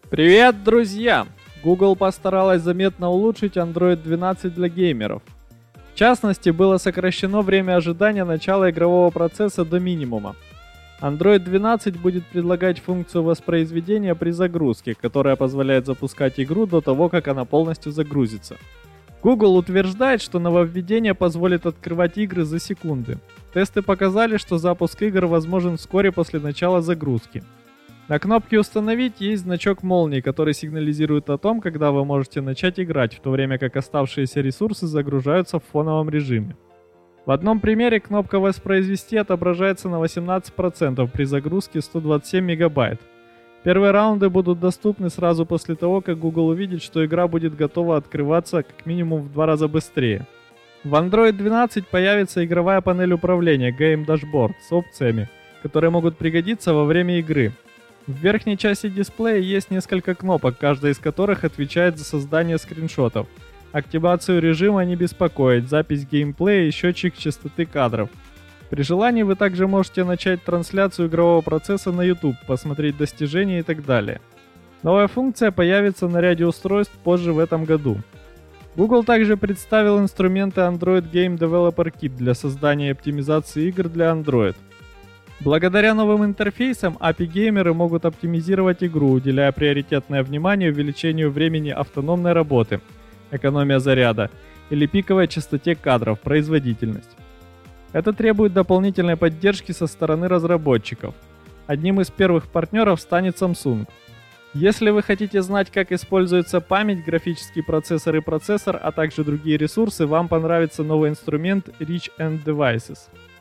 Привет, друзья! Google постаралась заметно улучшить Android 12 для геймеров. В частности, было сокращено время ожидания начала игрового процесса до минимума. Android 12 будет предлагать функцию воспроизведения при загрузке, которая позволяет запускать игру до того, как она полностью загрузится. Google утверждает, что нововведение позволит открывать игры за секунды. Тесты показали, что запуск игр возможен вскоре после начала загрузки. На кнопке «Установить» есть значок молнии, который сигнализирует о том, когда вы можете начать играть, в то время как оставшиеся ресурсы загружаются в фоновом режиме. В одном примере кнопка «Воспроизвести» отображается на 18% при загрузке 127 мегабайт. Первые раунды будут доступны сразу после того, как Google увидит, что игра будет готова открываться как минимум в 2 раза быстрее. В Android 12 появится игровая панель управления Game Dashboard с опциями, которые могут пригодиться во время игры. В верхней части дисплея есть несколько кнопок, каждая из которых отвечает за создание скриншотов, активацию режима «Не беспокоить», запись геймплея и счетчик частоты кадров. При желании вы также можете начать трансляцию игрового процесса на YouTube, посмотреть достижения и так далее. Новая функция появится на ряде устройств позже в этом году. Google также представил инструменты Android Game Developer Kit для создания и оптимизации игр для Android. Благодаря новым интерфейсам API-геймеры могут оптимизировать игру, уделяя приоритетное внимание увеличению времени автономной работы, экономия заряда или пиковой частоте кадров, производительность. Это требует дополнительной поддержки со стороны разработчиков. Одним из первых партнеров станет Samsung. Если вы хотите знать, как используется память, графический процессор и процессор, а также другие ресурсы, вам понравится новый инструмент Rich End Devices.